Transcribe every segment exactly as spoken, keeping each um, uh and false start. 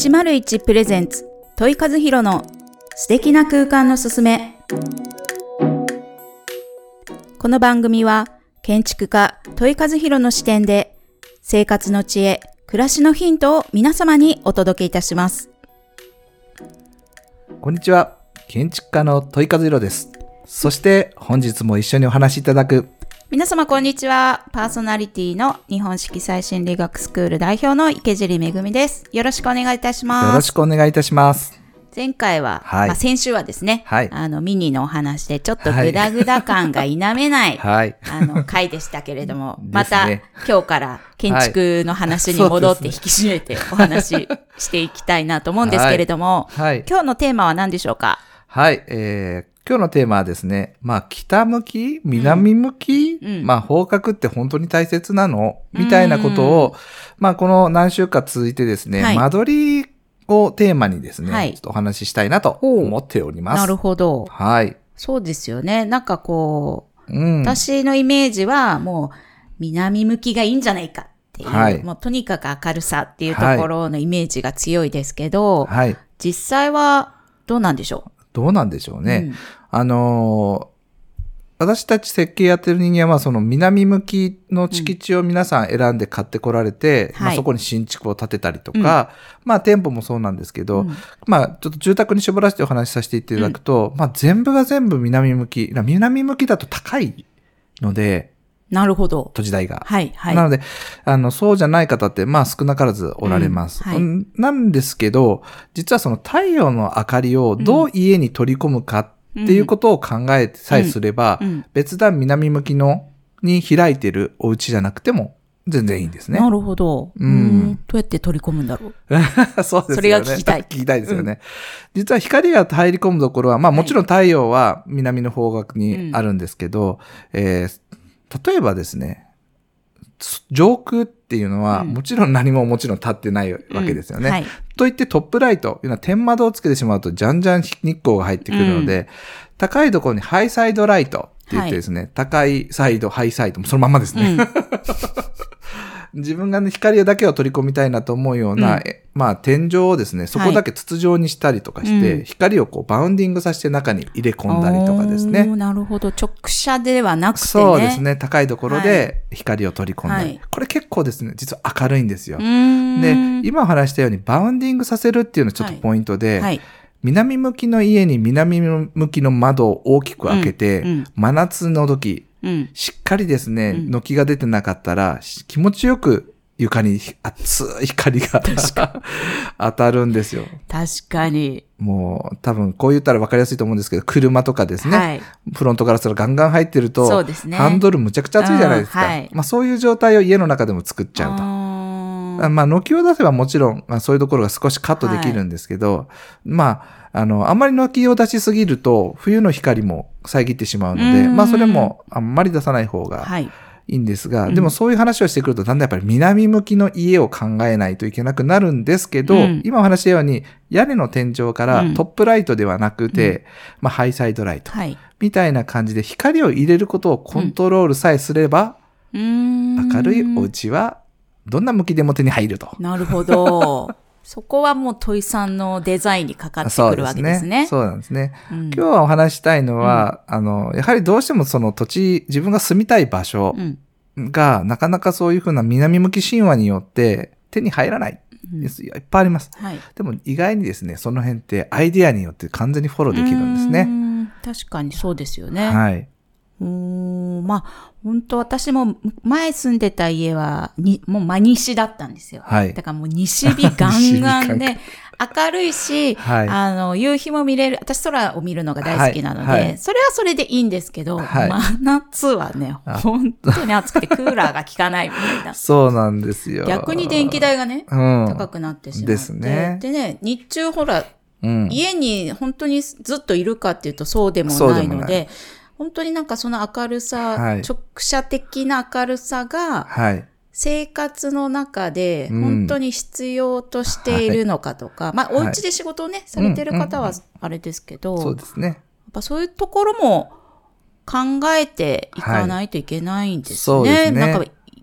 いちまるいちプレゼンツ戸井和弘の素敵な空間のすすめ。この番組は建築家戸井和弘の視点で生活の知恵、暮らしのヒントを皆様にお届けいたします。 こんにちは、建築家の戸井和弘です。そして本日も一緒にお話しいただく皆様こんにちは。パーソナリティの日本式最新理学スクール代表の池尻めぐみです。よろしくお願いいたします。 よろしくお願いいたします。 前回は、 はい、 まあ、先週はですね、 はい、 あのミニのお話でちょっとグダグダ感が否めない、はい、あの回でしたけれども、また今日から建築の話に戻って引き締めてお話ししていきたいなと思うんですけれども、はいはい、今日のテーマは何でしょうか？ はい、えー今日のテーマはですね、まあ北向き、南向き、うん、まあ方角って本当に大切なのみたいなことを、まあこの何週か続いてですね、はい、間取りをテーマにですね、はい、ちょっとお話ししたいなと思っております。 なるほど。 はい。 そうですよね。なんかこう、うん、私のイメージはもう南向きがいいんじゃないかっていう、はい、もうとにかく明るさっていうところのイメージが強いですけど、はい、実際はどうなんでしょう？ どうなんでしょうね。うん、あのー、私たち設計やってる人間はその南向きの敷地を皆さん選んで買ってこられて、うんまあ、そこに新築を建てたりとか、うん、まあ店舗もそうなんですけど、うん、まあちょっと住宅に絞らせてお話しさせていただくと、うん、まあ全部が全部南向き。南向きだと高いので、 なるほど。 土地代が。 はい、はい。 なので、あの、そうじゃない方って、まあ少なからずおられます。うんはい、なんですけど、実はその太陽の明かりをどう家に取り込むかっていうことを考えてさえすれば、うんうん、別段南向きのに開いてるお家じゃなくても全然いいんですね。 なるほど。うん。どうやって取り込むんだろう。 そうですよね。 それが聞きたい。 聞きたいですよね。うん、実は光が入り込むところは、まあもちろん太陽は南の方角にあるんですけど、うんえー例えばですね、上空っていうのは、うん、もちろん何ももちろん立ってないわけですよね。うんはい、といってトップライト、いうのは天窓をつけてしまうとじゃんじゃん日光が入ってくるので、うん、高いところにハイサイドライトって言ってですね、はい、高いサイド、ハイサイドもそのまんまですね。うん自分がね、光だけを取り込みたいなと思うような、うん、まあ天井をですね、そこだけ筒状にしたりとかして、はい、光をこうバウンディングさせて中に入れ込んだりとかですね。 なるほど。直射ではなくてね。 そうですね。高いところで光を取り込んだり。はい、これ結構ですね、実は明るいんですよ。で、今お話したようにバウンディングさせるっていうのがちょっとポイントで、はいはい南向きの家に南向きの窓を大きく開けて、うんうん、真夏の時、うん、しっかりですね、うん、軒が出てなかったら、気持ちよく床に熱い光が当たるんですよ。 確かに。 もう多分こう言ったら分かりやすいと思うんですけど、車とかですね、はい、フロントガラスがガンガン入ってると、そうですね、ハンドルむちゃくちゃ熱いじゃないですか。はい、まあそういう状態を家の中でも作っちゃうと。まあ、軒を出せばもちろん、まあ、そういうところが少しカットできるんですけど、はい、まあ、あの、あんまり軒を出しすぎると、冬の光も遮ってしまうので、まあ、それもあんまり出さない方がいいんですが、はい、でもそういう話をしてくると、だんだんやっぱり南向きの家を考えないといけなくなるんですけど、うん、今お話したように、屋根の天井からトップライトではなくて、うん、まあ、ハイサイドライト、はい、みたいな感じで光を入れることをコントロールさえすれば、うん、明るいお家は、どんな向きでも手に入ると。 なるほど。そこはもう戸井さんのデザインにかかってくるわけですね。 そうなんですね。そうなんですね。うん、今日はお話したいのは、うん、あの、やはりどうしてもその土地、自分が住みたい場所が、うん、なかなかそういうふうな南向き神話によって手に入らないです。うん、いっぱいあります。はい、でも意外にですね、その辺ってアイデアによって完全にフォローできるんですね。 うん確かにそうですよね。 はい。 うーんまあ、本当私も前住んでた家は、に、もう真西だったんですよ。はい。だからもう西日ガンガンで、明るいし、はい、あの、夕日も見れる、私空を見るのが大好きなので、はいはい、それはそれでいいんですけど、はい、真夏はね、本当に暑くてクーラーが効かないみたいな。 そうなんですよ。 逆に電気代がね、うん、高くなってしまって。 ですね。 でね、日中ほら、うん、家に本当にずっといるかっていうとそうでもないので、本当になんかその明るさ、はい、直射的な明るさが、生活の中で本当に必要としているのかとか、うん、まあお家で仕事をね、はい、されてる方はあれですけど、 うんうんうん、そうですね。やっぱそういうところも考えていかないといけないんですね。はい、そうですね。なんか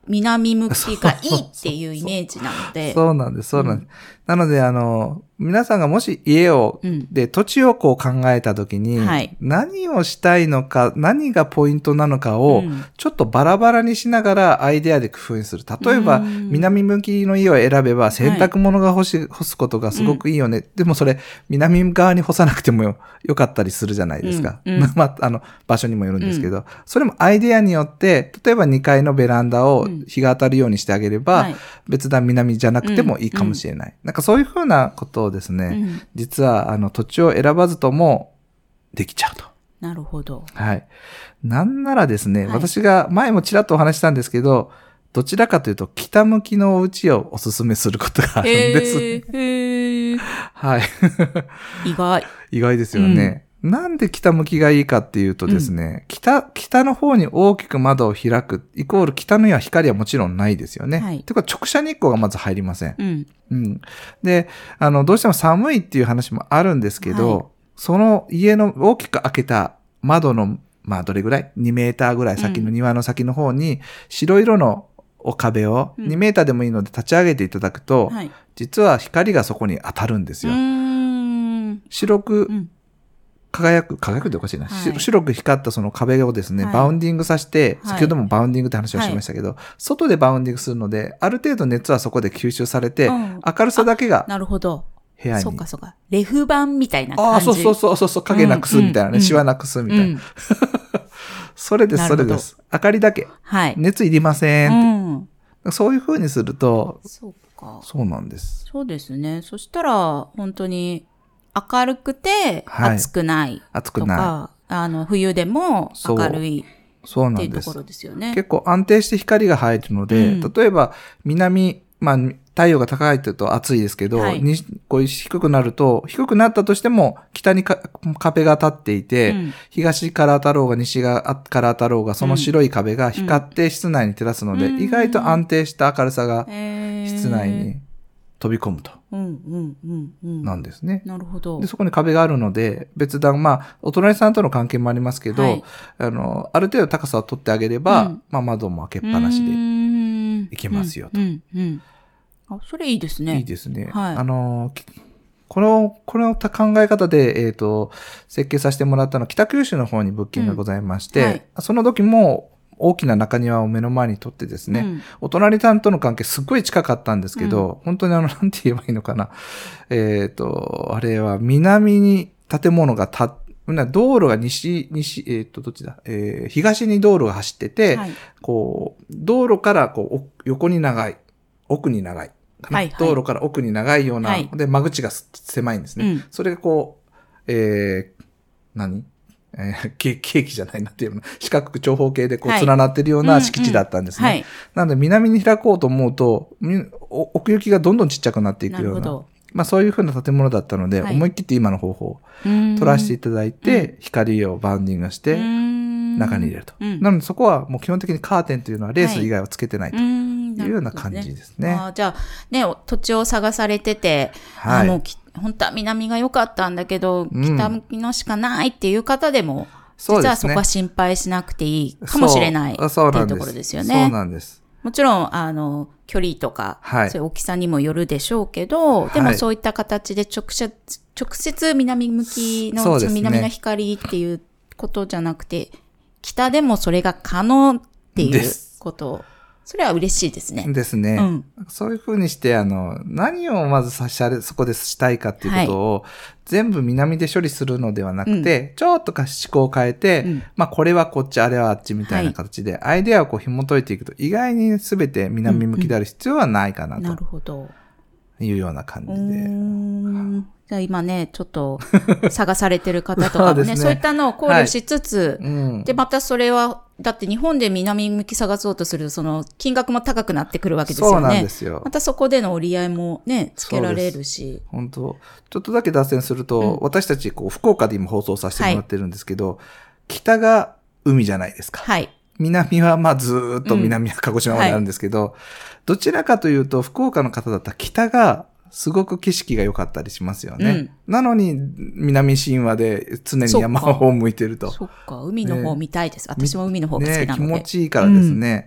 南向きがいいっていうイメージなので。 そうなんです、そうなんです。うん、なので、あの、皆さんがもし家を、うん、で、土地をこう考えたときに、はい、何をしたいのか、何がポイントなのかを、ちょっとバラバラにしながらアイデアで工夫にする。例えば、南向きの家を選べば、洗濯物が干し、はい、干すことがすごくいいよね。うん、でもそれ、南側に干さなくても よ, よかったりするじゃないですか。うんうん、まあ、あの、場所にもよるんですけど、うん、それもアイデアによって、例えばにかいのベランダを日が当たるようにしてあげれば、うんはい、別段南じゃなくてもいいかもしれない。うんうん、なんかそういうふうなことをですね、うん、実はあの土地を選ばずともできちゃうと。 なるほど。 はい。なんならですね、はい、私が前もちらっとお話したんですけど、どちらかというと北向きのお家をおすすめすることがあるんです。へーへーはい。 意外。 意外ですよね。うん、なんで北向きがいいかっていうとですね、うん、北、北の方に大きく窓を開く、イコール北には光はもちろんないですよね。はい。てか直射日光がまず入りません。うん。うん。で、あの、どうしても寒いっていう話もあるんですけど、はい、その家の大きく開けた窓の、まあどれぐらい ?に メーターぐらい先の庭の先の方に、白色の壁をにメーターでもいいので立ち上げていただくと、うんはい、実は光がそこに当たるんですよ。うーん白く、うん輝く、輝くっておかしいな、はい。白く光ったその壁をですね、はい、バウンディングさせて、先ほどもバウンディングって話をしましたけど、はい、外でバウンディングするので、ある程度熱はそこで吸収されて、うん、明るさだけが、 なるほど。 部屋に。 そうかそうか。レフ板みたいな感じ。 ああ、そうそうそうそう、影なくすみたいなね、うん、シワなくすみたいな。うん、それです、それです。明かりだけ。はい。熱いりません、うん。そういう風にすると、 そうか。 そうなんです。 そうですね。そしたら、本当に、明るくて暑くないとか、はい、暑くない。あの、冬でも明るいっていうところですよね。 結構安定して光が入るので、うん、例えば南、まあ太陽が高いと暑いですけど、はい、にこう低くなると、低くなったとしても北にか壁が立っていて、うん、東から当たろうが西から当たろうが、その白い壁が光って室内に照らすので、うん、意外と安定した明るさが室内に飛び込むと。うんうんうんうん、なんですね。 なるほど。 で、そこに壁があるので、別段、まあ、お隣さんとの関係もありますけど、はい、あの、ある程度高さを取ってあげれば、うん、まあ、窓も開けっぱなしでいけますよと。うんうんうん、 あ、それいいですね。 いいですね。はい。あの、この、この考え方で、えっと、設計させてもらったのは、北九州の方に物件がございまして、うんはい、その時も、大きな中庭を目の前にとってですね、うん、お隣さんとの関係すっごい近かったんですけど、うん、本当にあの、なんて言えばいいのかな。えっと、あれは南に建物がた、道路が西、西、えっと、どっちだ、えー、東に道路が走ってて、はい、こう、道路からこう、横に長い、奥に長い。はいはい、道路から奥に長いような、はい、で、間口が狭いんですね。うん、それがこう、えー、何えー、ケーキじゃないなっていうの四角く長方形でこう連なってるような敷地だったんですね。はいうんうんはい、なので南に開こうと思うと、奥行きがどんどんちっちゃくなっていくような、なまあそういう風な建物だったので、はい、思い切って今の方法を取らせていただいて、光をバウンディングして中に入れると。なのでそこはもう基本的にカーテンというのはレース以外はつけてないというような感じですね。 はい、あじゃあね、土地を探されてて、はい、あの本当は南が良かったんだけど、うん、北向きのしかないっていう方でも、実はそこは心配しなくていいかもしれないっていうところですよね。 そうなんです。 もちろん、あの、距離とか、はい、そういう大きさにもよるでしょうけど、でもそういった形で直接、直接南向きの、ね、南の光っていうことじゃなくて、北でもそれが可能っていうことを、それは嬉しいですね。 ですね。うん、そういうふうにして、あの、何をまずさしゃれ、そこでしたいかっていうことを、はい、全部南で処理するのではなくて、うん、ちょっとか思考を変えて、うん、まあこれはこっち、あれはあっちみたいな形で、はい、アイデアをこう紐解いていくと、意外に全て南向きである必要はないかなと。 なるほど。 いうような感じで。 じゃあ今ね、ちょっと探されてる方とかもね、そうですね、そういったのを考慮しつつ、はいうん、で、またそれは、だって日本で南向き探そうとすると、その金額も高くなってくるわけですよね。 そうなんですよ。 またそこでの折り合いもね、つけられるし。 本当ちょっとだけ脱線すると、うん、私たちこう福岡で今放送させてもらってるんですけど、はい、北が海じゃないですか。はい。南はまあずーっと南は鹿児島まであるんですけど、うんはい、どちらかというと福岡の方だったら北がすごく景色が良かったりしますよね。うん、なのに南神話で常に山の方を向いてると。 そっか、海の方見たいです。ね、私も海の方が好きなので。 ね、気持ちいいからですね。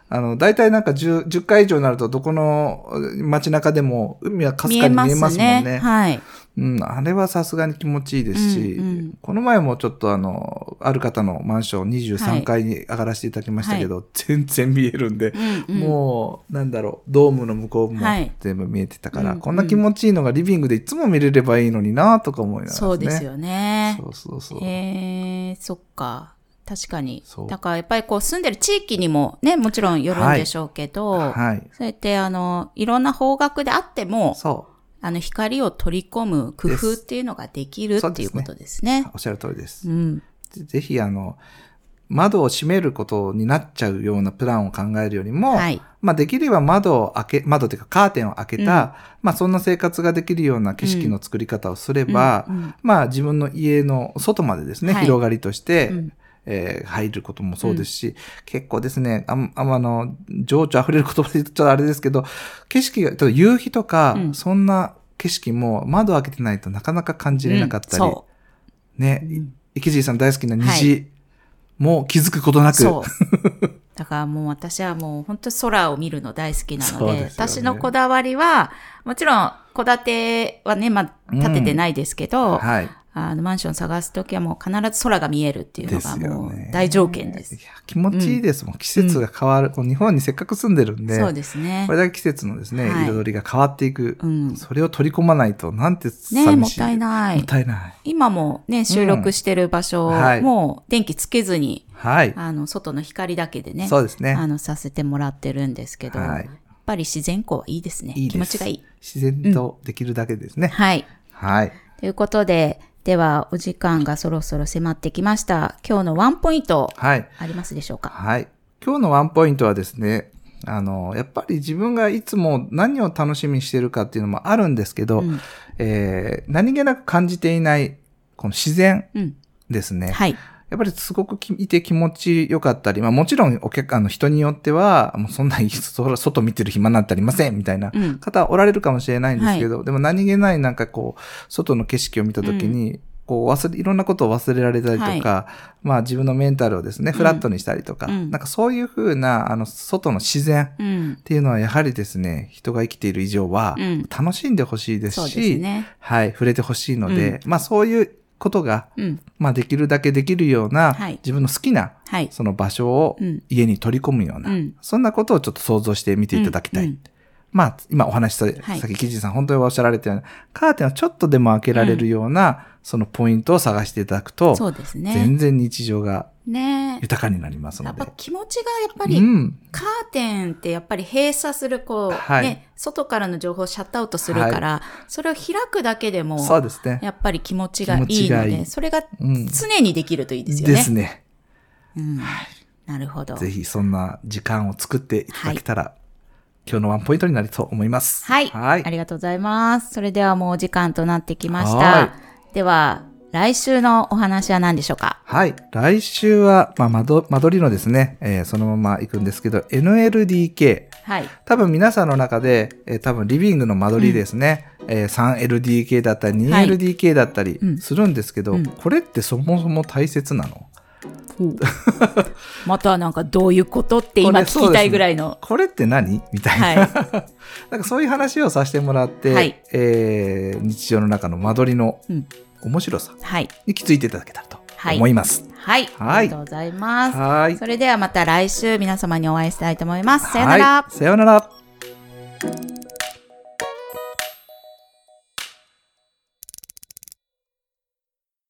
あの、大体なんか 10, じゅっかい以上になると、どこの街中でも海はかすかに見えますもんね。 見えますね。はい。 うん、あれはさすがに気持ちいいですし、うんうん、この前もちょっとあの、ある方のマンションにじゅうさんかいに上がらせていただきましたけど、はい、全然見えるんで、うんうん、もう、なんだろう、ドームの向こうも全部見えてたから、はい、こんな気持ちいいのがリビングでいつも見れればいいのになとか思いながらね。 そうですよね。 そうそうそう。 へー、そっか。確かに。だからやっぱりこう住んでる地域にもね、もちろんよるんでしょうけど、はいはい、そうやってあの、いろんな方角であっても、そうあの光を取り込む工夫っていうのができるっていうことですね。 おっしゃる通りです。うん、ぜひあの、窓を閉めることになっちゃうようなプランを考えるよりも、はい、まあできれば窓を開け、窓というかカーテンを開けた、うん、まあそんな生活ができるような景色の作り方をすれば、うんうん、まあ自分の家の外までですね、はい、広がりとして、うんえー、入ることもそうですし、うん、結構ですね、あん、あん、あの、情緒溢れる言葉で言っちゃあれですけど、景色が、夕日とか、うん、そんな景色も窓を開けてないとなかなか感じれなかったり、うん、ね、うん、池尻さん大好きな虹、はい、もう気づくことなく。そう。 だからもう私はもう本当に空を見るの大好きなの で, で、ね、私のこだわりは、もちろん戸建てはね、まあ、建ててないですけど、うんはい、あのマンション探すときはもう必ず空が見えるっていうのがもう大条件です。 ですよね、いや気持ちいいですもん、うん、季節が変わる、うん、日本にせっかく住んでるんで、 そうですね。 これだけ季節のですね、はい、彩りが変わっていく、うん、それを取り込まないとなんて寂しい。ね、 もったいない。 もったいない。 今もね、収録してる場所、うんはい、もう電気つけずに、はい、あの外の光だけでね、 そうですね。 あのさせてもらってるんですけど、はい、やっぱり自然光はいいですね。いいです。気持ちがいい。 自然とできるだけですね。 うん、はい。 はい。 ということで、では、お時間がそろそろ迫ってきました。今日のワンポイント、はい、ありますでしょうか？ はい。今日のワンポイントはですね、あの、やっぱり自分がいつも何を楽しみにしているかっていうのもあるんですけど、うんえー、何気なく感じていない、この自然ですね。うん、はい。やっぱりすごくいて気持ちよかったり、まあもちろんお客、あの人によっては、もうそんな外見てる暇なんてありませんみたいな方はおられるかもしれないんですけど、うんはい、でも何気ないなんかこう、外の景色を見たときに、うん、こう忘れ、いろんなことを忘れられたりとか、はい、まあ自分のメンタルをですね、フラットにしたりとか、うん、なんかそういうふうな、あの、外の自然っていうのはやはりですね、人が生きている以上は、楽しんでほしいですし、うんそうですね、はい、触れてほしいので、うん、まあそういうことが、うん、まあできるだけできるような、はい、自分の好きな、はい、その場所を家に取り込むような、うん、そんなことをちょっと想像してみていただきたい。うんうん、まあ、今お話しした、はい、さっきキジさん本当におっしゃられたような、カーテンをちょっとでも開けられるような、うん、そのポイントを探していただくと、そうですね。全然日常が豊かになりますので。 ね、やっぱ気持ちがやっぱり、うん、カーテンってやっぱり閉鎖する、こう、はい、ね、外からの情報をシャットアウトするから、はい、それを開くだけでも、そうですね。やっぱり気持ちがいいので、いいそれが常にできるといいですよね。うん、ですね。うん。はい。なるほど。 ぜひそんな時間を作っていただけたら、はい、今日のワンポイントになると思います。 はい。はい。ありがとうございます。それではもうお時間となってきました。では、来週のお話は何でしょうか？ はい。来週は、まあ、間取間取りのですね、えー、そのまま行くんですけど、エヌエルディーケー。はい。多分皆さんの中で、えー、多分リビングの間取りですね、うんえー、スリーエルディーケー だったり ツーエルディーケー だったりするんですけど、はいうん、これってそもそも大切なの？ またなんかどういうことって今聞きたいぐらいの。 これ、ね、これって何みたいな、はい、なんかそういう話をさせてもらって、はいえー、日常の中の間取りの面白さに気づいていただけたらと思います。 はい。はい、ありがとうございます。はい。それではまた来週皆様にお会いしたいと思います。さよなら。 さよなら。